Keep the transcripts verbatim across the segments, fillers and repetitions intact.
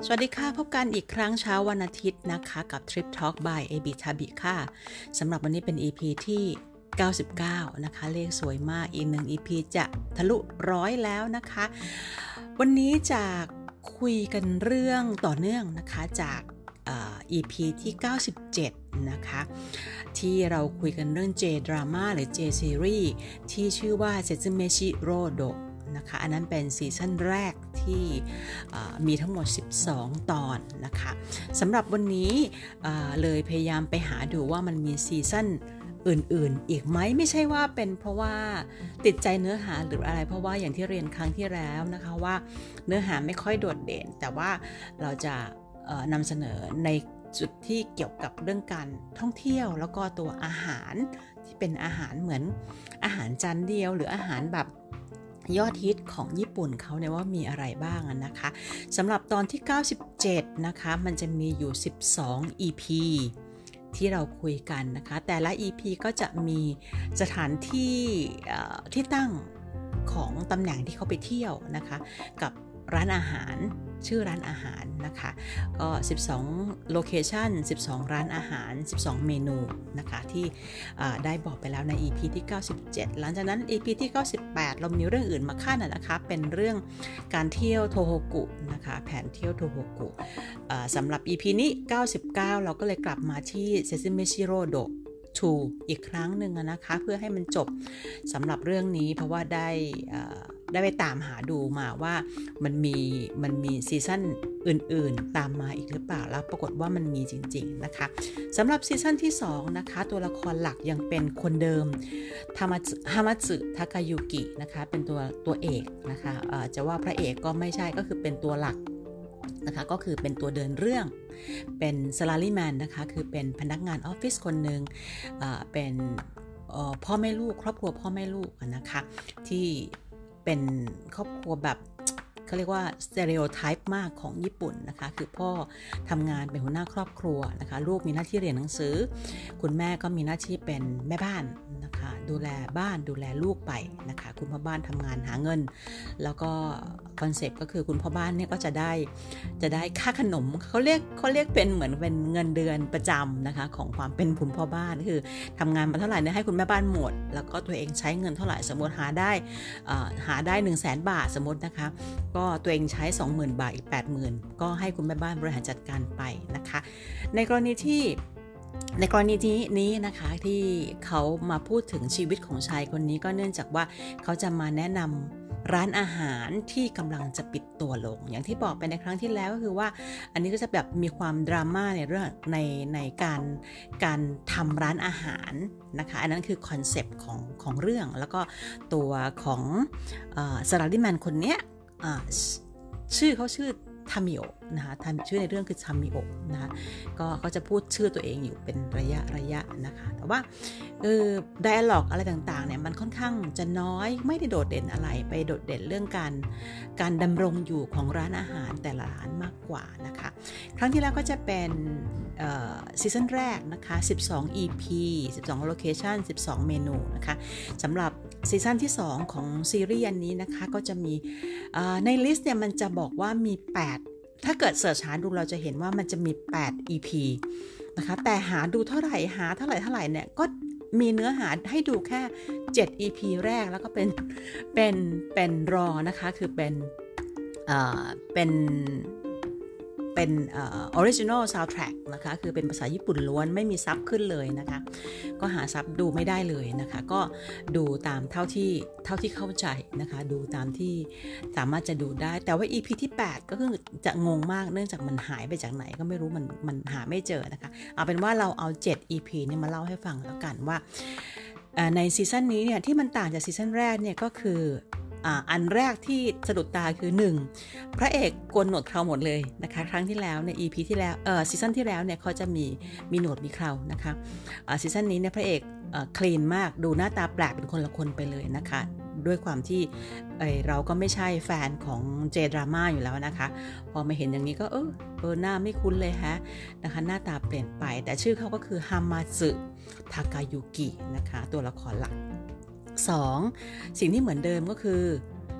สวัสดีค่ะพบกันอีกครั้งเช้าวันอาทิตย์นะคะกับ Trip Talk by เอ บี Tabi ค่ะสำหรับวันนี้เป็น อี พี ที่เก้าสิบเก้านะคะเลขสวยมากอีกหนึ่ง อี พี จะทะลุร้อยแล้วนะคะวันนี้จะคุยกันเรื่องต่อเนื่องนะคะจาก อี พี ที่เก้าสิบเจ็ดนะคะที่เราคุยกันเรื่อง J Drama หรือ J Series ที่ชื่อว่า Setsumeshi Rodoนะคะอันนั้นเป็นซีซั่นแรกที่มีทั้งหมดสิบสองตอนนะคะสำหรับวันนี้เลยพยายามไปหาดูว่ามันมีซีซั่นอื่นๆอีกไหมไม่ใช่ว่าเป็นเพราะว่าติดใจเนื้อหาหรืออะไรเพราะว่าอย่างที่เรียนครั้งที่แล้วนะคะว่าเนื้อหาไม่ค่อยโดดเด่นแต่ว่าเราจะนำเสนอในจุดที่เกี่ยวกับเรื่องการท่องเที่ยวแล้วก็ตัวอาหารที่เป็นอาหารเหมือนอาหารจานเดียวหรืออาหารแบบยอดฮิตของญี่ปุ่นเขาเนี่ยว่ามีอะไรบ้างนะคะสำหรับตอนที่เก้าสิบเจ็ดนะคะมันจะมีอยู่สิบสอง อี พี ที่เราคุยกันนะคะแต่ละ อี พี ก็จะมีสถานที่ที่ตั้งของตำแหน่งที่เขาไปเที่ยวนะคะกับร้านอาหารชื่อร้านอาหารนะคะก็สิบสองโลเคชั่นสิบสองร้านอาหารสิบสองเมนูนะคะที่ได้บอกไปแล้วใน อี พี ที่เก้าสิบเจ็ดหลังจากนั้น อี พี ที่เก้าสิบแปดเรามีเรื่องอื่นมาขั้นนะคะเป็นเรื่องการเที่ยวโทโฮกุนะคะแผนเที่ยวโทโฮกุสำหรับ อี พี นี้เก้าสิบเก้าเราก็เลยกลับมาที่ Setsumeshi Rodoทูอีกครั้งหนึ่งนะคะเพื่อให้มันจบสำหรับเรื่องนี้เพราะว่าได้ได้ไปตามหาดูมาว่ามันมีมันมีซีซั่นอื่นๆตามมาอีกหรือเปล่าแล้วปรากฏว่ามันมีจริงๆนะคะสำหรับซีซั่นที่สองนะคะตัวละครหลักยังเป็นคนเดิมฮามาสึฮามาสึทากายุกินะคะเป็นตัวตัวเอกนะคะจะว่าพระเอกก็ไม่ใช่ก็คือเป็นตัวหลักนะคะก็คือเป็นตัวเดินเรื่องเป็นซาลารีแมนนะคะคือเป็นพนักงานออฟฟิศคนหนึ่งเป็นพ่อแม่ลูกครอบครัวพ่อแม่ลูกนะคะที่เป็นครอบครัวแบบเขาเรียกว่าสเตอริโอไทป์มากของญี่ปุ่นนะคะคือพ่อทำงานเป็นหัวหน้าครอบครัวนะคะลูกมีหน้าที่เรียนหนังสือคุณแม่ก็มีหน้าที่เป็นแม่บ้านนะคะดูแลบ้านดูแลลูกไปนะคะคุณพ่อบ้านทำงานหาเงินแล้วก็คอนเซ็ปต์ก็คือคุณพ่อบ้านเนี่ยก็จะได้จะได้ค่าขนมเขาเรียกเขาเรียกเป็นเหมือนเป็นเงินเดือนประจำนะคะของความเป็นคุณพ่อบ้านคือทำงานมาเท่าไหร่เนี่ยให้คุณแม่บ้านหมดแล้วก็ตัวเองใช้เงินเท่าไหร่สมมติหาได้หาได้หนึ่งแสนบาทสมมตินะคะก็ตัวเองใช้ สองหมื่น บาทอีก แปดหมื่น ก็ให้คุณแม่บ้านบริหารจัดการไปนะคะในกรณีที่ในกรณีนี้นี้นะคะที่เขามาพูดถึงชีวิตของชายคนนี้ก็เนื่องจากว่าเขาจะมาแนะนำร้านอาหารที่กำลังจะปิดตัวลงอย่างที่บอกไปในครั้งที่แล้วก็คือว่าอันนี้ก็จะแบบมีความดราม่าในเรื่องในในการการทำร้านอาหารนะคะอันนั้นคือคอนเซปต์ของของเรื่องแล้วก็ตัวของซาลารีแมนคนเนี้ยชื่อเขาชื่อทามิโอะนะคะชื่อในเรื่องคือทามิโอะนะคะก็เขาจะพูดชื่อตัวเองอยู่เป็นระยะระยะนะคะแต่ว่าเออไดอะล็อกอะไรต่างๆเนี่ยมันค่อนข้างจะน้อยไม่ได้โดดเด่นอะไรไปโดดเด่นเรื่องการการดำรงอยู่ของร้านอาหารแต่ละร้านมากกว่านะคะครั้งที่แล้วก็จะเป็นซีซั่นแรกนะคะสิบสอง อี พี สิบสองโลเคชั่นสิบสองเมนูนะคะสำหรับซีซั่นที่สองของซีรีส์อันนี้นะคะก็จะมีในลิสต์เนี่ยมันจะบอกว่ามีแปดถ้าเกิดเสิร์ชหาดูเราจะเห็นว่ามันจะมีแปด อี พี นะคะแต่หาดูเท่าไหร่หาเท่าไหร่เท่าไหร่เนี่ยก็มีเนื้อหาให้ดูแค่เจ็ด อี พี แรกแล้วก็เป็นเป็นเป็นรอนะคะคือเป็นเอ่อเป็นเป็นเอ่อ original soundtrack นะคะคือเป็นภาษาญี่ปุ่นล้วนไม่มีซับขึ้นเลยนะคะก็หาซับดูไม่ได้เลยนะคะก็ดูตามเท่าที่เท่าที่เข้าใจนะคะดูตามที่สามารถจะดูได้แต่ว่า อี พี ที่แปดก็คือจะงงมากเนื่องจากมันหายไปจากไหนก็ไม่รู้มันมันหาไม่เจอนะคะเอาเป็นว่าเราเอาเจ็ด อี พี นี่มาเล่าให้ฟังแล้วกันว่าในซีซั่นนี้เนี่ยที่มันต่างจากซีซั่นแรกเนี่ยก็คืออันแรกที่สะดุดตาคือหนึ่งพระเอกโกนหนวดเคราหมดเลยนะคะครั้งที่แล้วใน อี พี ที่แล้วเอ่อซีซั่นที่แล้วเนี่ยเขาจะมีมีหนวดมีเครานะคะซีซั่นนี้เนี่ยพระเอกคลีนมากดูหน้าตาแปลกเป็นคนละคนไปเลยนะคะด้วยความที่ เ, เราก็ไม่ใช่แฟนของเจดราม่าอยู่แล้วนะคะพอมาเห็นอย่างนี้ก็เออเออหน้าไม่คุ้นเลยฮะนะคะหน้าตาเปลี่ยนไปแต่ชื่อเขาก็คือฮามาสึทากายุกินะคะตัวละครหลักสองสิ่งที่เหมือนเดิมก็คือ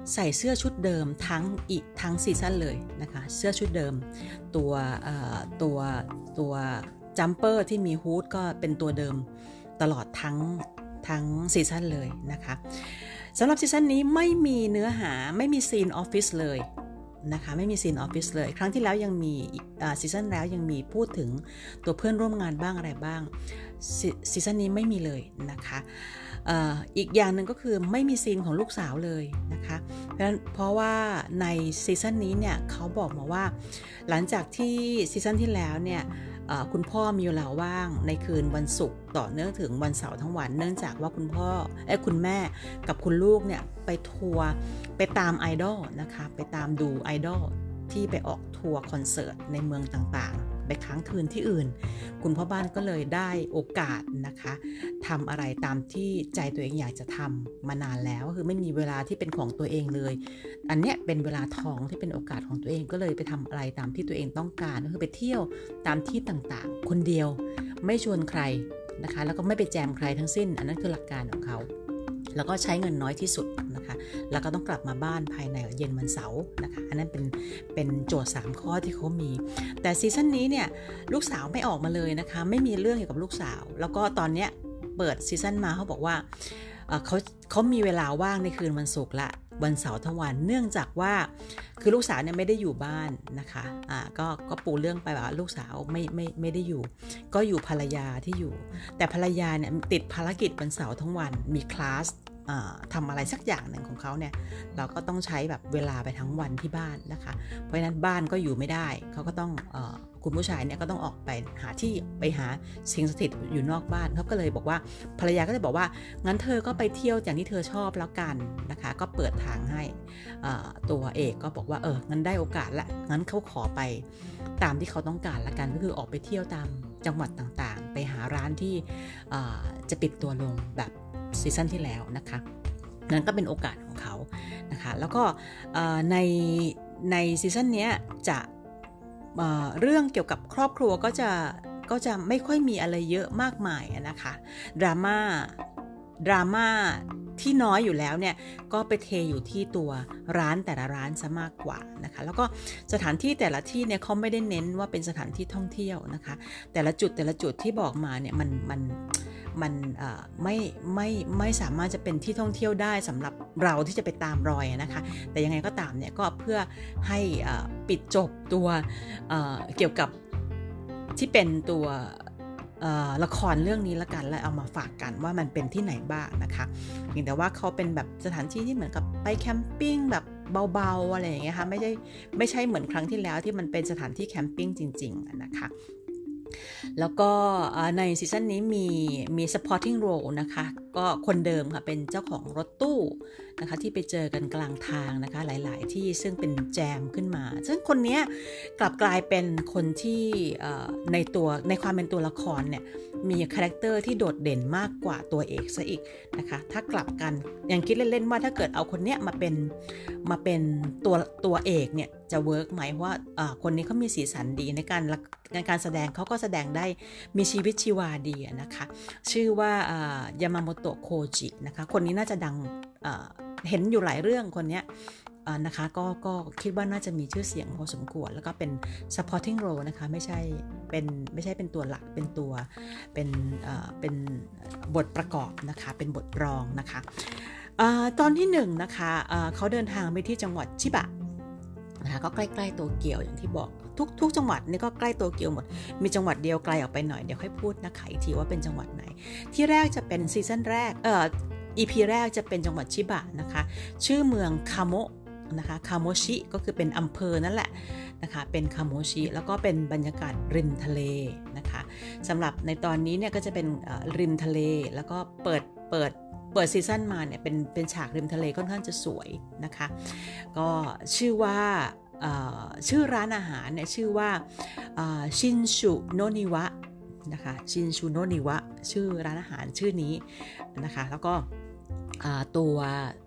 ใส่เสื้อชุดเดิมทั้งอีกทั้งซีซั่นเลยนะคะเสื้อชุดเดิมตัวตัวตัวจัมเปอร์ที่มีฮูดก็เป็นตัวเดิมตลอดทั้งทั้งซีซั่นเลยนะคะสำหรับซีซั่นนี้ไม่มีเนื้อหาไม่มีซีนออฟฟิศเลยนะคะไม่มีซีนออฟฟิศเลยครั้งที่แล้วยังมีซีซั่นแล้วยังมีพูดถึงตัวเพื่อนร่วมงานบ้างอะไรบ้างซีซั่นนี้ไม่มีเลยนะคะอีกอย่างหนึ่งก็คือไม่มีซีนของลูกสาวเลยนะคะเพราะฉะนั้นเพราะว่าในซีซั่นนี้เนี่ยเขาบอกมาว่าหลังจากที่ซีซั่นที่แล้วเนี่ยคุณพ่อมีเวลาว่างในคืนวันศุกร์ต่อเนื่องถึงวันเสาร์ทั้งวันเนื่องจากว่าคุณพ่อเอ้คุณแม่กับคุณลูกเนี่ยไปทัวร์ไปตามไอดอลนะคะไปตามดูไอดอลที่ไปออกทัวร์คอนเสิร์ตในเมืองต่างๆไปค้างคืนที่อื่นคุณพ่อบ้านก็เลยได้โอกาสนะคะทำอะไรตามที่ใจตัวเองอยากจะทำมานานแล้วก็คือไม่มีเวลาที่เป็นของตัวเองเลยอันเนี้ยเป็นเวลาทองที่เป็นโอกาสของตัวเองก็เลยไปทำอะไรตามที่ตัวเองต้องการก็คือไปเที่ยวตามที่ต่างๆคนเดียวไม่ชวนใครนะคะแล้วก็ไม่ไปแจมใครทั้งสิ้นอันนั้นคือหลักการของเขาแล้วก็ใช้เงินน้อยที่สุดนะคะแล้วก็ต้องกลับมาบ้านภายในเย็นวันเสาร์นะคะอันนั้นเป็นเป็นโจทย์สามข้อที่เขามีแต่ซีซั่นนี้เนี่ยลูกสาวไม่ออกมาเลยนะคะไม่มีเรื่องเกี่ยวกับลูกสาวแล้วก็ตอนเนี้ยเปิดซีซั่นมาเขาบอกว่าเขาเขามีเวลาว่างในคืนวันศุกร์ละวันเสาร์ทั้งวันเนื่องจากว่าคือลูกสาวเนี่ยไม่ได้อยู่บ้านนะคะอ่าก็ก็ปูเรื่องไปว่าลูกสาวไม่ไม่ไม่ได้อยู่ก็อยู่ภรรยาที่อยู่แต่ภรรยาเนี่ยติดภารกิจวันเสาร์ทั้งวันมีคลาสทำอะไรสักอย่างหนึ่งของเขาเนี่ยเราก็ต้องใช้แบบเวลาไปทั้งวันที่บ้านนะคะเพราะฉะนั้นบ้านก็อยู่ไม่ได้เขาก็ต้องเอ่อคุณผู้ชายเนี่ยก็ต้องออกไปหาที่ไปหาสิ่งสถิตอยู่นอกบ้านเขาก็เลยบอกว่าภรรยาก็เลยบอกว่างั้นเธอก็ไปเที่ยวอย่างที่เธอชอบแล้วกันนะคะก็เปิดทางให้ตัวเอกก็บอกว่าเอองั้นได้โอกาสละงั้นเขาขอไปตามที่เขาต้องการละกันก็คือออกไปเที่ยวตามจังหวัดต่างๆไปหาร้านที่จะปิดตัวลงแบบซีซั่นที่แล้วนะคะนั่นก็เป็นโอกาสของเขานะคะแล้วก็ในในซีซั่นนี้จะเ, เรื่องเกี่ยวกับครอบครัวก็จะก็จะไม่ค่อยมีอะไรเยอะมากมายนะคะดราม่าดราม่าที่น้อยอยู่แล้วเนี่ยก็ไปเทอยู่ที่ตัวร้านแต่ละร้านซะมากกว่านะคะแล้วก็สถานที่แต่ละที่เนี่ยเขาไม่ได้เน้นว่าเป็นสถานที่ท่องเที่ยวนะคะแต่ละจุดแต่ละจุดที่บอกมาเนี่ยมันมันมันไม่ไม่ไม่สามารถจะเป็นที่ท่องเที่ยวได้สำหรับเราที่จะไปตามรอยนะคะแต่ยังไงก็ตามเนี่ยก็เพื่อให้ปิดจบตัวเ, เกี่ยวกับที่เป็นตัวละครเรื่องนี้ละกันแล้วเอามาฝากกันว่ามันเป็นที่ไหนบ้างนะคะเพียงแต่ว่าเขาเป็นแบบสถานที่ที่เหมือนกับไปแคมปิ้งแบบเบาๆอะไรอย่างเงี้ยค่ะไม่ใช่ไม่ใช่เหมือนครั้งที่แล้วที่มันเป็นสถานที่แคมปิ้งจริงๆนะคะแล้วก็ในซีซั่นนี้มีมี supporting role นะคะก็คนเดิมค่ะเป็นเจ้าของรถตู้นะคะที่ไปเจอกันกลางทางนะคะหลายๆที่ซึ่งเป็นแจมขึ้นมาซึ่งคนนี้กลับกลายเป็นคนที่ในตัวในความเป็นตัวละครเนี่ยมีคาแรคเตอร์ที่โดดเด่นมากกว่าตัวเอกซะอีกนะคะถ้ากลับกันยังคิดเล่นๆว่าถ้าเกิดเอาคนเนี้ยมาเป็นมาเป็นตัวตัวเอกเนี่ยจะเวิร์กไหมเพราะว่าคนนี้เขามีสีสันดีในการในการแสดงเขาก็แสดงได้มีชีวิตชีวาดีนะคะชื่อว่ายามาโมโตะโคจินะคะคนนี้น่าจะดังเห็นอยู่หลายเรื่องคนนี้นะคะก็ก็คิดว่าน่าจะมีชื่อเสียงพอสมควรแล้วก็เป็น supporting role นะคะไม่ใช่เป็นไม่ใช่เป็นตัวหลักเป็นตัวเป็นเป็นบทประกอบนะคะเป็นบทรองนะคะตอนที่หนึ่งนะคะเขาเดินทางไปที่จังหวัดชิบะนะคะก็ใกล้ๆโตเกียวอย่างที่บอกทุกทุกจังหวัดนี่ก็ใกล้โตเกียวหมดมีจังหวัดเดียวไกลออกไปหน่อยเดี๋ยวค่อยพูดนะคะอีกทีว่าเป็นจังหวัดไหนที่แรกจะเป็นซีซั่นแรกเอ่อ อี พี แรกจะเป็นจังหวัดชิบะนะคะชื่อเมืองคาโมะนะคะคาโมชิก็คือเป็นอำเภอนั่นแหละนะคะเป็นคาโมชิแล้วก็เป็นบรรยากาศริมทะเลนะคะสำหรับในตอนนี้เนี่ยก็จะเป็นริมทะเลแล้วก็เปิดเปิดเปิดซีซั่นมาเนี่ยเป็นเป็นฉากริมทะเลค่อนข้างจะสวยนะคะก็ชื่อว่าชื่อร้านอาหารเนี่ยชื่อว่าชินชูโนนิวะนะคะชินชูโนนิวะชื่อร้านอาหารชื่อนี้นะคะแล้วก็ตัว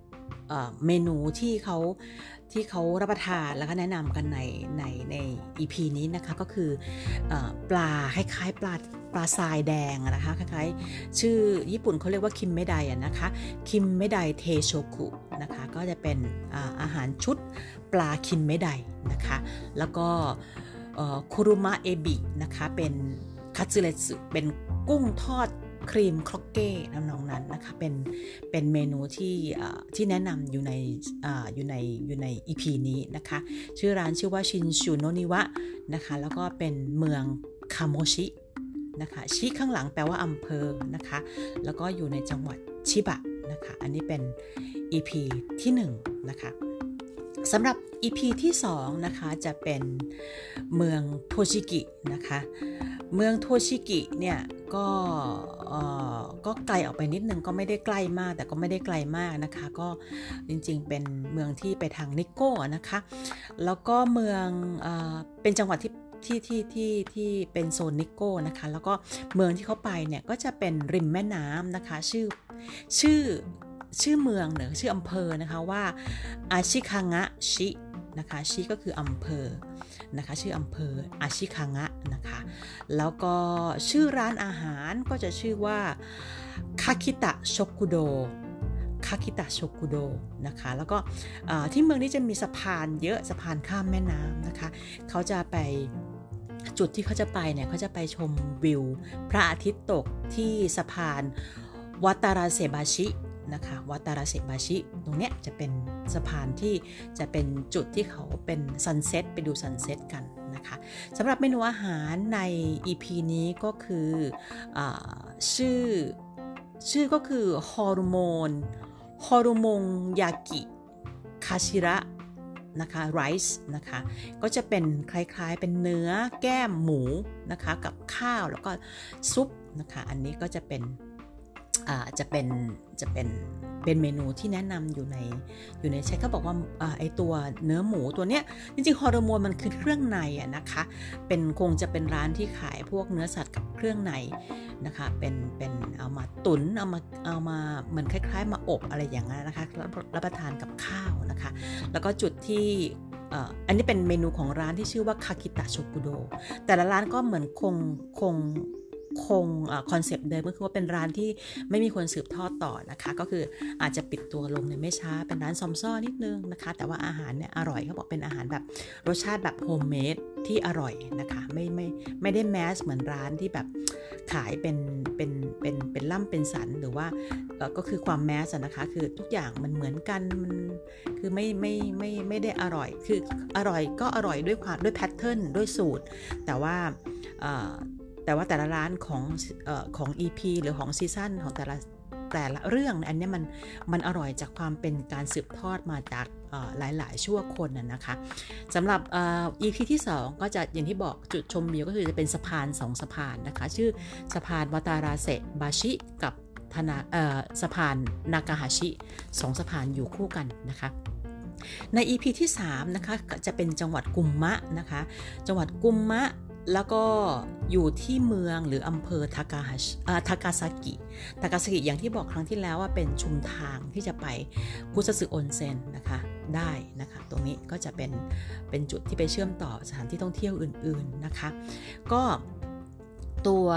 เมนูที่เขาที่เขารับประทานแล้วก็แนะนำกันในในใน อี พี นี้นะคะก็คือปลาคล้ายๆปลาปลาทรายแดงนะคะคล้ายๆชื่อญี่ปุ่นเขาเรียกว่าคิมเมไดนะคะคิมเมไดเทโชกุนะคะก็จะเป็นอาหารชุดปลาคิมเมไดนะคะแล้วก็คุรุมะเอบินะคะเป็นคัตสึเรสึเป็นกุ้งทอดครีมครอกเก้น้ำนองนั้นนะคะเป็นเป็นเมนูที่ที่แนะนำอยู่ในอยู่ในอยู่ใน อี พี นี้นะคะชื่อร้านชื่อว่าชินชูโนนิวะนะคะแล้วก็เป็นเมืองคาโมชินะคะชิข้างหลังแปลว่าอำเภอนะคะแล้วก็อยู่ในจังหวัดชิบะนะคะอันนี้เป็น อี พี ที่หนึ่งนะคะสำหรับ อี พี ที่สองนะคะจะเป็นเมืองโทชิกินะคะเมืองโทชิกิเนี่ยก็ก็ไกลออกไปนิดนึงก็ไม่ได้ใกล้มากแต่ก็ไม่ได้ไกลมากนะคะก็จริงๆเป็นเมืองที่ไปทางนิโก้นะคะแล้วก็เมืองเอ่อเป็นจังหวัดที่ที่ที่ที่ที่เป็นโซนนิโก้นะคะแล้วก็เมืองที่เขาไปเนี่ยก็จะเป็นริมแม่น้ำนะคะชื่อชื่อชื่อเมืองหรือชื่ออำเภอนะคะว่าอาชิคางะชินะคะชิก็คืออำเภอนะคะชื่ออำเภออาชิคางะนะคะแล้วก็ชื่อร้านอาหารก็จะชื่อว่าคาคิตะโชกุโดคาคิตะโชกุโดนะคะแล้วก็ที่เมืองนี้จะมีสะพานเยอะสะพานข้ามแม่น้ำนะคะเขาจะไปจุดที่เขาจะไปเนี่ยเขาจะไปชมวิวพระอาทิตย์ตกที่สะพานวัตาราเซบาชินะคะวัตาราเซบาชิตรงเนี้ยจะเป็นสะพานที่จะเป็นจุดที่เขาเป็นซันเซ็ตไปดูซันเซ็ตกันนะคะสำหรับเมนูอาหารใน อี พี นี้ก็คืออชื่อชื่อก็คือฮอร์โมนฮอร์โมนยากิคาชิระนะคะไรซ์นะคะก็จะเป็นคล้ายๆเป็นเนื้อแก้มหมูนะคะกับข้าวแล้วก็ซุปนะคะอันนี้ก็จะเป็นจะเป็นจะเป็นเป็นเมนูที่แนะนำอยู่ในอยู่ในใช้เขาบอกว่าไอตัวเนื้อหมูตัวเนี้ยจริงๆฮอร์โมนมันคือเครื่องในอะนะคะเป็นคงจะเป็นร้านที่ขายพวกเนื้อสัตว์กับเครื่องในนะคะเป็นเป็นเอามาตุ๋นเอามาเอามาเหมือนคล้ายๆมาอบอะไรอย่างนั้นนะคะรับประทานกับข้าวนะคะแล้วก็จุดที่อันนี้เป็นเมนูของร้านที่ชื่อว่าคาคิตะโชกุโดแต่ละร้านก็เหมือนคงคงคงคอนเซปต์เดิมก็คือว่าเป็นร้านที่ไม่มีคนสืบทอดต่อนะคะก็คืออาจจะปิดตัวลงในไม่ช้าเป็นร้านซอมซ่อนิดนึงนะคะแต่ว่าอาหารเนี่ยอร่อยเขาบอกเป็นอาหารแบบรสชาติแบบโฮมเมดที่อร่อยนะคะไม่ไม่ไม่ได้แมสเหมือนร้านที่แบบขายเป็นเป็นเป็นเป็นล่ำเป็นสันหรือว่าก็คือความแมสนะคะคือทุกอย่างมันเหมือนกันมันคือไม่ไม่ไม่ไม่ได้อร่อยคืออร่อยก็อร่อยด้วยความด้วยแพทเทิร์นด้วยสูตรแต่ว่าแต่ว่าแต่ละร้านของเอ่อของ อี พี หรือของซีซั่นของแต่ละแต่ละเรื่องอันนี้มันมันอร่อยจากความเป็นการสืบทอดมาจากหลายๆชั่วคนน่ะนะคะสำหรับ อี พี ที่สองก็จะอย่างที่บอกจุดชมวิวก็คือจะเป็นสะพานสองสะพานนะคะชื่อสะพานวัตาราเซบาชิกับธนาสะพานนากาฮาชิสองสะพานอยู่คู่กันนะคะใน อี พี ที่สามนะคะจะเป็นจังหวัดกุมมะนะคะจังหวัดกุมมะแล้วก็อยู่ที่เมืองหรืออำเภอทากาฮาชิทากาซากิทากาซากิอย่างที่บอกครั้งที่แล้วว่าเป็นชุมทางที่จะไปกุซาสึโอนเซ็นนะคะได้นะคะตรงนี้ก็จะเป็นเป็นจุดที่ไปเชื่อมต่อสถานที่ท่องเที่ยวอื่นๆนะคะก็ตัว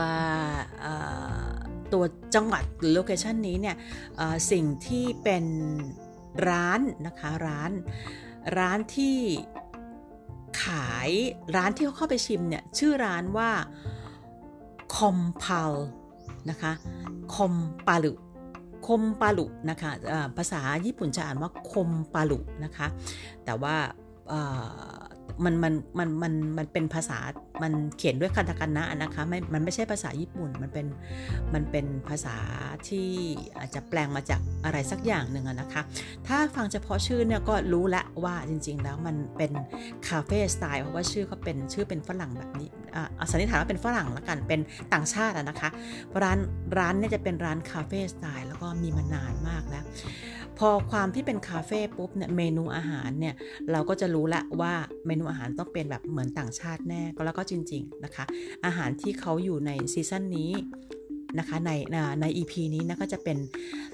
ตัวจังหวัดหรือโลเคชันนี้เนี่ยสิ่งที่เป็นร้านนะคะร้านร้านที่ขายร้านที่เขาเข้าไปชิมเนี่ยชื่อร้านว่าคอมพาลนะคะคอมปาลุคอมปาลุนะคะภาษาญี่ปุ่นจะอ่านว่าคอมปาลุนะคะแต่ว่ามันมันมันมันมันเป็นภาษามันเขียนด้วยคาตาคานะนะคะไม่มันไม่ใช่ภาษาญี่ปุ่นมันเป็นมันเป็นภาษาที่อาจจะแปลงมาจากอะไรสักอย่างหนึ่งนะคะถ้าฟังเฉพาะชื่อเนี่ยก็รู้แล้วว่าจริงๆแล้วมันเป็นคาเฟ่สไตล์เพราะว่าชื่อเขาเป็นชื่อเป็นฝรั่งแบบนี้อ่าสันนิษฐานว่าเป็นฝรั่งละกันเป็นต่างชาตินะคะร้านร้านเนี่ยจะเป็นร้านคาเฟ่สไตล์แล้วก็มีมานานมากแล้วพอความที่เป็นคาเฟ่ปุ๊บเนี่ยเมนูอาหารเนี่ยเราก็จะรู้ละว่าเมนูอาหารต้องเป็นแบบเหมือนต่างชาติแน่ก็แล้วก็จริงๆนะคะอาหารที่เขาอยู่ในซีซั่นนี้นะคะในใน อี พี นี้นะก็จะเป็น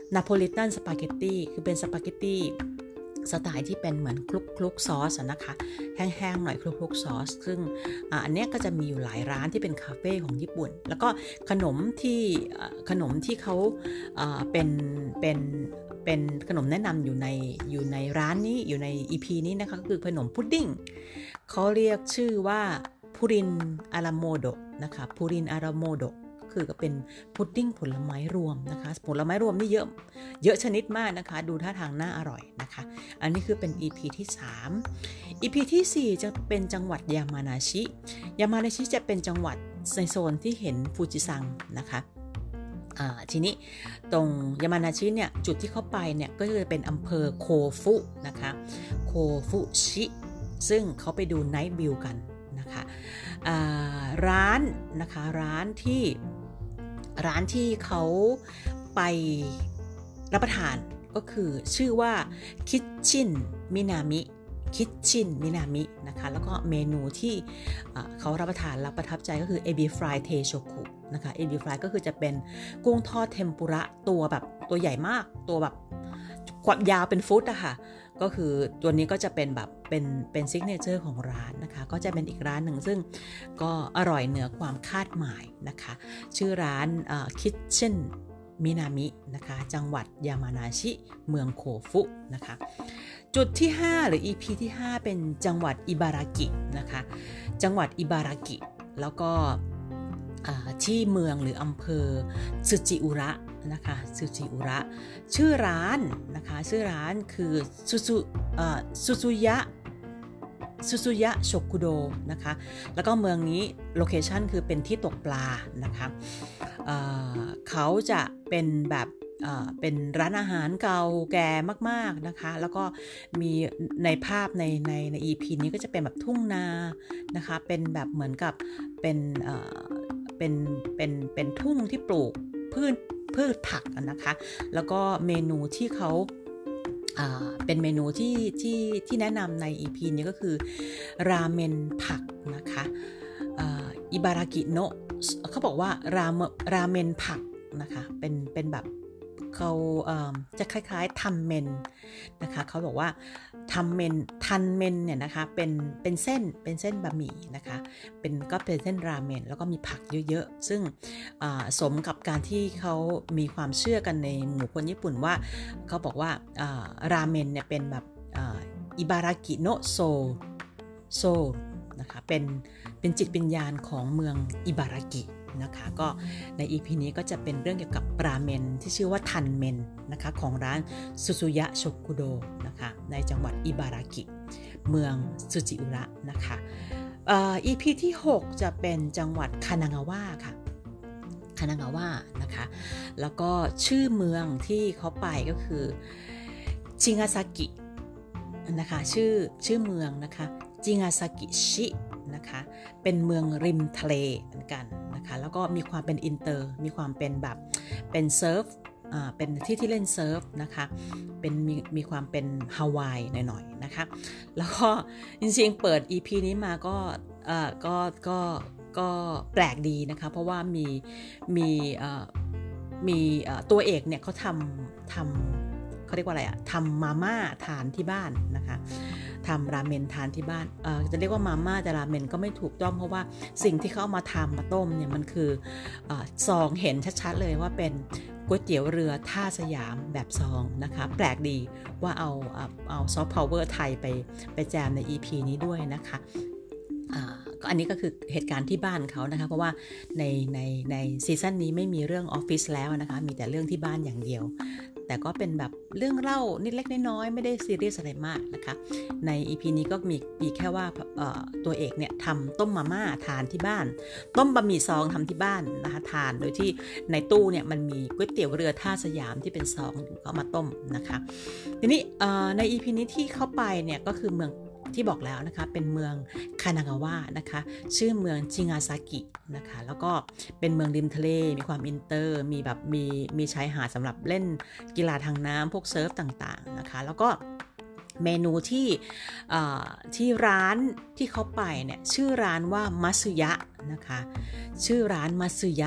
นาโปลิตันสปาเกตตี้คือเป็นสปาเกตตี้สไตล์ที่เป็นเหมือนคลุกคลุกซอสนะคะแห้งๆหน่อยคลุกคลุกซอสซึ่ง อ, อันนี้ก็จะมีอยู่หลายร้านที่เป็นคาเฟ่ของญี่ปุ่นแล้วก็ขนมที่ขนมที่เขาเป็นเป็นเป็นขนมแนะนำอยู่ในอยู่ในร้านนี้อยู่ใน อี พี นี้นะคะก็คือขนมพุดดิ้งเขาเรียกชื่อว่าพูรินอาราโมโดนะคะพูรินอาราโมโดคือก็เป็นพุดดิ้งผลไม้รวมนะคะผลไม้รวมนี่เยอะเยอะชนิดมากนะคะดูท่าทางน่าอร่อยนะคะอันนี้คือเป็น อี พี ที่สาม อี พี ที่สี่จะเป็นจังหวัดยามานาชิยามานาชิจะเป็นจังหวัดในโซนที่เห็นฟูจิซังนะคะทีนี้ตรงยามานาชิเนี่ยจุดที่เข้าไปเนี่ยก็จะเป็นอำเภอโคฟุนะคะโคฟุชิซึ่งเขาไปดูไนท์วิวกันนะคะร้านนะคะร้านที่ร้านที่เขาไปรับประทานก็คือชื่อว่าคิทชินมินามิคิทชินมินามินะคะแล้วก็เมนูที่เขารับประทานรับประทับใจก็คือเอบิฟรายเทโชคุนะคะเอบิฟรายก็คือจะเป็นกุ้งทอดเทมปุระตัวแบบตัวใหญ่มากตัวแบบความยาวเป็นฟุตอะค่ะก็คือตัวนี้ก็จะเป็นแบบเป็นเป็นซิกเนเจอร์ของร้านนะคะก็จะเป็นอีกร้านหนึ่งซึ่งก็อร่อยเหนือความคาดหมายนะคะชื่อร้านคิทเช่นมินามินะคะจังหวัดยามานาชิเมืองโคฟุนะคะจุดที่ห้าหรือ อี พี ที่ห้าเป็นจังหวัดอิบารากินะคะจังหวัดอิบารากิแล้วก็ที่เมืองหรืออำเภอซึจิอุระนะคะซึจิอุระชื่อร้านนะคะชื่อร้านคือซูซูซูซูยะซูซูยะโชกุโดนะคะแล้วก็เมืองนี้โลเคชันคือเป็นที่ตกปลานะคะเอ่อเขาจะเป็นแบบเอ่อเป็นร้านอาหารเก่าแก่มากๆนะคะแล้วก็มีในภาพในในใน อี พี นี้ก็จะเป็นแบบทุ่งนานะคะเป็นแบบเหมือนกับเป็นเอ่อเป็นเป็นเป็นทุ่งที่ปลูกพืชพืชผักนะคะแล้วก็เมนูที่เขาเป็นเมนูที่ที่ที่แนะนำใน อี พี นี้ก็คือราเมนผักนะคะอิบารากิโนะเขาบอกว่าราเมราเมนผักนะคะเป็นเป็นแบบเขาจะคล้ายๆทัมเมนนะคะเขาบอกว่าทัมเมนทันเมนเนี่ยนะคะเป็นเป็นเส้นเป็นเส้นบะหมี่นะคะเป็นก็เป็นเส้นราเมนแล้วก็มีผักเยอะๆซึ่งสมกับการที่เขามีความเชื่อกันในหมู่คนญี่ปุ่นว่าเขาบอกว่าราเมนเนี่ยเป็นแบบอิบารากิโนะโซโซนะคะเป็นเป็นจิตวิญญาณของเมืองอิบารากินะคะก็ใน อี พี นี้ก็จะเป็นเรื่องเกี่ยวกับราเมนที่ชื่อว่าทันเมนนะคะของร้านซูซูยะโชกุโดนะคะในจังหวัดอิบารากิเมืองซูจิอุระนะคะเอ่อ อี พี ที่หกจะเป็นจังหวัดคานางาวะค่ะคานางาวะนะคะแล้วก็ชื่อเมืองที่เขาไปก็คือชิงาซากินะคะชื่อชื่อเมืองนะคะจิงาซากิชินะคะเป็นเมืองริมทะเลเหมือนกันนะคะแล้วก็มีความเป็นอินเตอร์มีความเป็นแบบเป็นเซิร์ฟอ่าเป็นที่ที่เล่นเซิร์ฟนะคะเป็นมีมีความเป็นฮาวายหน่อยๆนะคะแล้วก็จริงๆเปิด อี พี นี้มาก็เอ่อก็ก็ก็แปลกดีนะคะเพราะว่ามีมีเอ่อมีเอ่อตัวเอกเนี่ยเขาทำทำเขาเรียกว่าอะไรอะทำมาม่าทานที่บ้านนะคะทำราเมนทานที่บ้านเอ่อจะเรียกว่ามาม่าแต่ราเมนก็ไม่ถูกต้องเพราะว่าสิ่งที่เขาเอามาทำมาต้มเนี่ยมันคือเอ่อซองเห็นชัดๆเลยว่าเป็นก๋วยเตี๋ยวเรือท่าสยามแบบซองนะคะแปลกดีว่าเอาเอาเอาซอฟต์พาวเวอร์ไทยไปไปแจมใน อี พี นี้ด้วยนะคะอ่าก็อันนี้ก็คือเหตุการณ์ที่บ้านเขานะคะเพราะว่าในในในซีซั่นนี้ไม่มีเรื่องออฟฟิศแล้วนะคะมีแต่เรื่องที่บ้านอย่างเดียวแต่ก็เป็นแบบเรื่องเล่านิดเล็กน้อยไม่ได้ซีเรียสอะไรมากนะคะใน อี พี นี้ก็มีมีแค่ว่าตัวเอกเนี่ยทำต้มมาม่าทานที่บ้านต้มบะหมี่ซองทำที่บ้านนะคะทานโดยที่ในตู้เนี่ยมันมีก๋วยเตี๋ยวเรือท่าสยามที่เป็นซองเอามาต้มนะคะทีนี้ใน อี พี นี้ที่เข้าไปเนี่ยก็คือเมืองที่บอกแล้วนะคะเป็นเมืองคานางาวะนะคะชื่อเมืองจิงาซากินะคะแล้วก็เป็นเมืองริมทะเลมีความอินเตอร์มีแบบมีมีชายหาดสำหรับเล่นกีฬาทางน้ำพวกเซิร์ฟต่างๆนะคะแล้วก็เมนูที่ที่ร้านที่เขาไปเนี่ยชื่อร้านว่ามัตสึยะนะคะชื่อร้านมัตสึยะ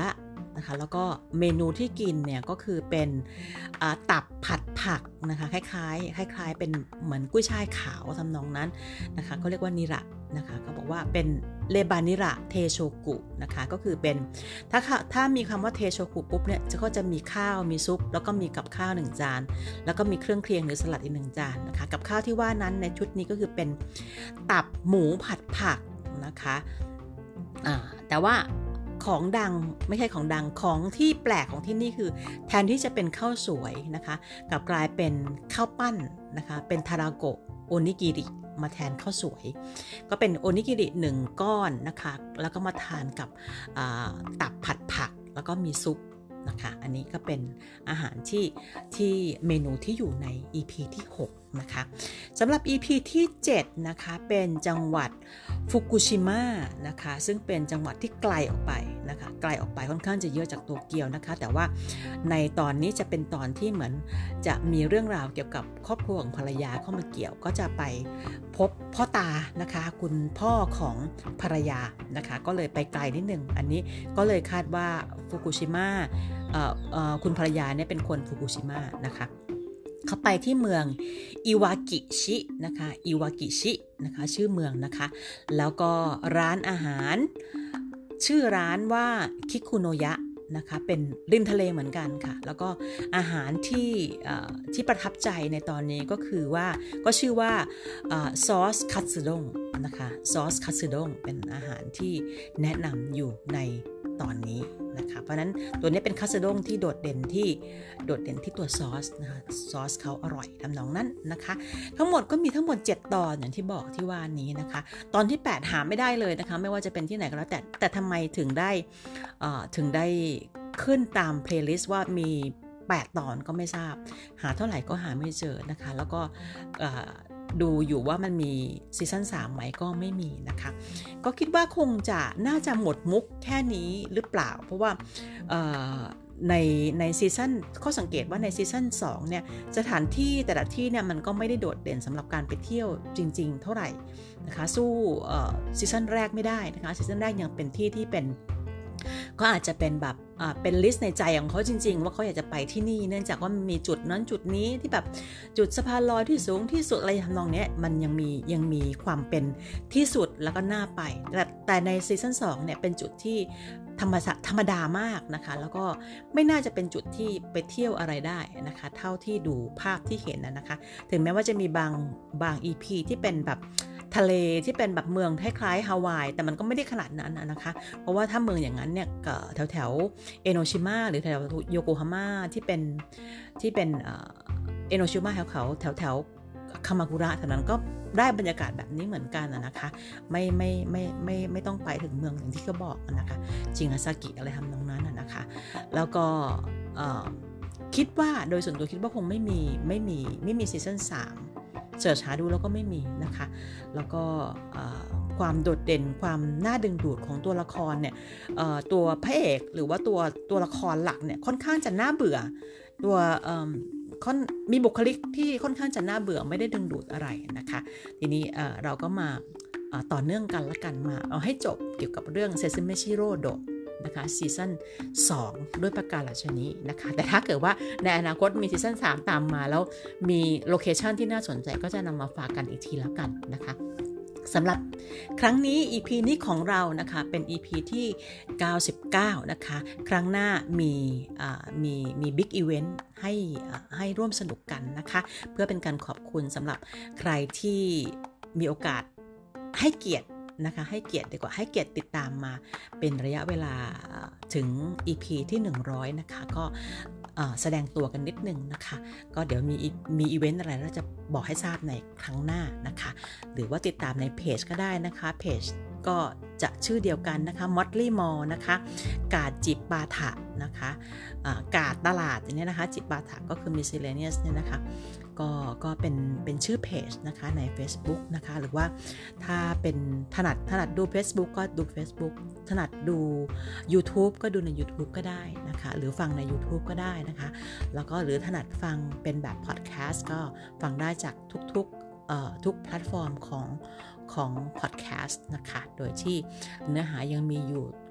นะคะแล้วก็เมนูที่กินเนี่ยก็คือเป็นตับผัดผักนะคะคล้ายๆคล้ายๆเป็นเหมือนกุ้ยช่ายขาวทำนองนั้นนะคะเขาเรียกว่านิระนะคะเขาบอกว่าเป็นเลบานิระเทโชกุนะคะก็คือเป็นถ้าถ้ามีคำว่าเทโชกุปุ๊บเนี่ยจะก็จะมีข้าวมีซุปแล้วก็มีกับข้าวหนึ่งจานแล้วก็มีเครื่องเคียงหรือสลัดอีกหนึ่งจานนะคะกับข้าวที่ว่านั้นในชุดนี้ก็คือเป็นตับหมูผัดผักนะคะอ่าแต่ว่าของดังไม่ใช่ของดังของที่แปลกของที่นี่คือแทนที่จะเป็นข้าวสวยนะคะกลับกลายเป็นข้าวปั้นนะคะเป็นทาราโกะโอนิกิริมาแทนข้าวสวยก็เป็นโอนิกิริหนึ่งก้อนนะคะแล้วก็มาทานกับตับผัดผักแล้วก็มีซุปนะคะอันนี้ก็เป็นอาหารที่ที่เมนูที่อยู่ใน อี พี ที่หกนะคะสำหรับ อี พี ที่เจ็ดนะคะเป็นจังหวัดฟุกุชิมะนะคะซึ่งเป็นจังหวัดที่ไกลออกไปนะคะไกลออกไปค่อนข้างจะเยอะจากโตเกียวนะคะแต่ว่าในตอนนี้จะเป็นตอนที่เหมือนจะมีเรื่องราวเกี่ยวกับครอบครัวของภรรยาเข้ามาเกี่ยวก็จะไปพบพ่อตานะคะคุณพ่อของภรรยานะคะก็เลยไปไกลนิดนึงอันนี้ก็เลยคาดว่าฟุกุชิมะคุณภรรยาเนี่ยเป็นคนฟุกุชิมะนะคะเขาไปที่เมืองอิวากิชินะคะอิวากิชินะคะชื่อเมืองนะคะแล้วก็ร้านอาหารชื่อร้านว่าคิคุโนยะนะคะเป็นริมทะเลเหมือนกันค่ะแล้วก็อาหารที่ที่ประทับใจในตอนนี้ก็คือว่าก็ชื่อว่าซอสคัตสึด้งนะคะซอสคัตสึด้งเป็นอาหารที่แนะนำอยู่ในตอนนี้นะคะเพราะนั้นตัวนี้เป็นคัตสึด้งที่โดดเด่นที่โดดเด่นที่ตัวซอสนะคะซอสเขาอร่อยทำนองนั้นนะคะทั้งหมดก็มีทั้งหมดเจ็ดตอนอย่างที่บอกที่ว่านี้นะคะตอนที่แปดหาไม่ได้เลยนะคะไม่ว่าจะเป็นที่ไหนก็แล้วแต่แต่ทำไมถึงได้ถึงได้ขึ้นตามเพลย์ลิสต์ว่ามีแปดตอนก็ไม่ทราบหาเท่าไหร่ก็หาไม่เจอนะคะแล้วก็ดูอยู่ว่ามันมีซีซั่นสามไหมก็ไม่มีนะคะก็คิดว่าคงจะน่าจะหมดมุกแค่นี้หรือเปล่าเพราะว่าในในซีซั่นข้อสังเกตว่าในซีซั่นสองเนี่ยสถานที่แต่ละที่เนี่ยมันก็ไม่ได้โดดเด่นสำหรับการไปเที่ยวจริงๆเท่าไหร่นะคะสู้ซีซั่นแรกไม่ได้นะคะซีซั่นแรกยังเป็นที่ที่เป็นก็อาจจะเป็นแบบเป็นลิสต์ในใจของเขาจริงๆว่าเขาอยากจะไปที่นี่เนื่องจากว่ามีจุดนั้นจุดนี้ที่แบบจุดสะพานลอยที่สูงที่สุดอะไรทำนองนี้มันยังมียังมีความเป็นที่สุดแล้วก็น่าไปแต่แต่ในซีซั่นสองเนี่ยเป็นจุดที่ธรรมธรรมดามากนะคะแล้วก็ไม่น่าจะเป็นจุดที่ไปเที่ยวอะไรได้นะคะเท่าที่ดูภาพที่เห็นนะคะถึงแม้ว่าจะมีบางบาง อี พี ที่เป็นแบบทะเลที่เป็นแบบเมืองคล้ายๆฮาวายแต่มันก็ไม่ได้ขนาดนั้นนะคะเพราะว่าถ้าเมืองอย่างนั้นเนี่ยแถวแถวเอโนชิมะหรือแถวโยโกฮาม่าที่เป็นที่เป็นเอโนชิมะแถวเขาแถวแถวคามากุระแถวนั้นก็ได้บรรยากาศแบบนี้เหมือนกันนะคะไม่ไม่ไม่ไม่ไม่ต้องไปถึงเมืองอย่างที่เขาบอกนะคะจิงาซากิอะไรทำตรงนั้นนะคะแล้วก็คิดว่าโดยส่วนตัวคิดว่าคงไม่มีไม่มีไม่มีซีซั่นสามเสิร์ชหาดูแล้วก็ไม่มีนะคะแล้วก็ความโดดเด่นความน่าดึงดูดของตัวละครเนี่ยตัวพระเอกหรือว่าตัวตัวละครหลักเนี่ยค่อนข้างจะน่าเบื่อตัวมีบุคลิกที่ค่อนข้างจะน่าเบื่อไม่ได้ดึงดูดอะไรนะคะทีนี้เราก็มาต่อเนื่องกันละกันมาเอาให้จบเกี่ยวกับเรื่องเซซึเมชิโร่โดะนะคะซีซั่นสองด้วยประการฉะนี้นะคะแต่ถ้าเกิดว่าในอนาคตมีซีซั่นสามตามมาแล้วมีโลเคชันที่น่าสนใจก็จะนำมาฝากกันอีกทีแล้วกันนะคะสำหรับครั้งนี้ อี พี นี้ของเรานะคะเป็น อี พี ที่เก้าสิบเก้านะคะครั้งหน้ามีมีมีบิ๊กอีเวนต์ให้ให้ร่วมสนุกกันนะคะเพื่อเป็นการขอบคุณสำหรับใครที่มีโอกาสให้เกียรตินะคะให้เกียรติดีกว่าให้เกียรติติดตามมาเป็นระยะเวลาถึง อี พี ที่หนึ่งร้อยนะคะก็แสดงตัวกันนิดนึงนะคะก็เดี๋ยวมีมีอีเวนต์อะไรเราจะบอกให้ทราบในครั้งหน้านะคะหรือว่าติดตามในเพจก็ได้นะคะเพจก็จะชื่อเดียวกันนะคะ Motley Mall นะคะกาดจิบบาถะนะคะกาดตลาดอย่างนี้นะคะจิบบาถะก็คือ miscellaneous เนี่ยนะคะก็ก็เป็นเป็นชื่อเพจนะคะใน Facebook นะคะหรือว่าถ้าเป็นถนัดถนัดดู Facebook ก็ดู Facebook ถนัดดู YouTube ก็ดูใน YouTube ก็ได้นะคะหรือฟังใน YouTube ก็ได้นะคะแล้วก็หรือถนัดฟังเป็นแบบ Podcast ก็ฟังได้จากทุกๆทุกแพลตฟอร์มของของ podcast นะคะโดยที่เนื้อหายังมีอยู่ค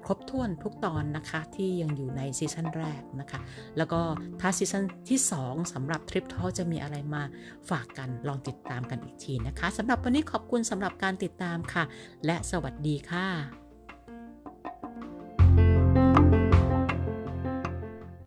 รบถ้วนทุกตอนนะคะที่ยังอยู่ในซีซั่นแรกนะคะแล้วก็ถ้าซีซั่นที่สองสำหรับ Trip Talk จะมีอะไรมาฝากกันลองติดตามกันอีกทีนะคะสำหรับวันนี้ขอบคุณสำหรับการติดตามค่ะและสวัสดีค่ะ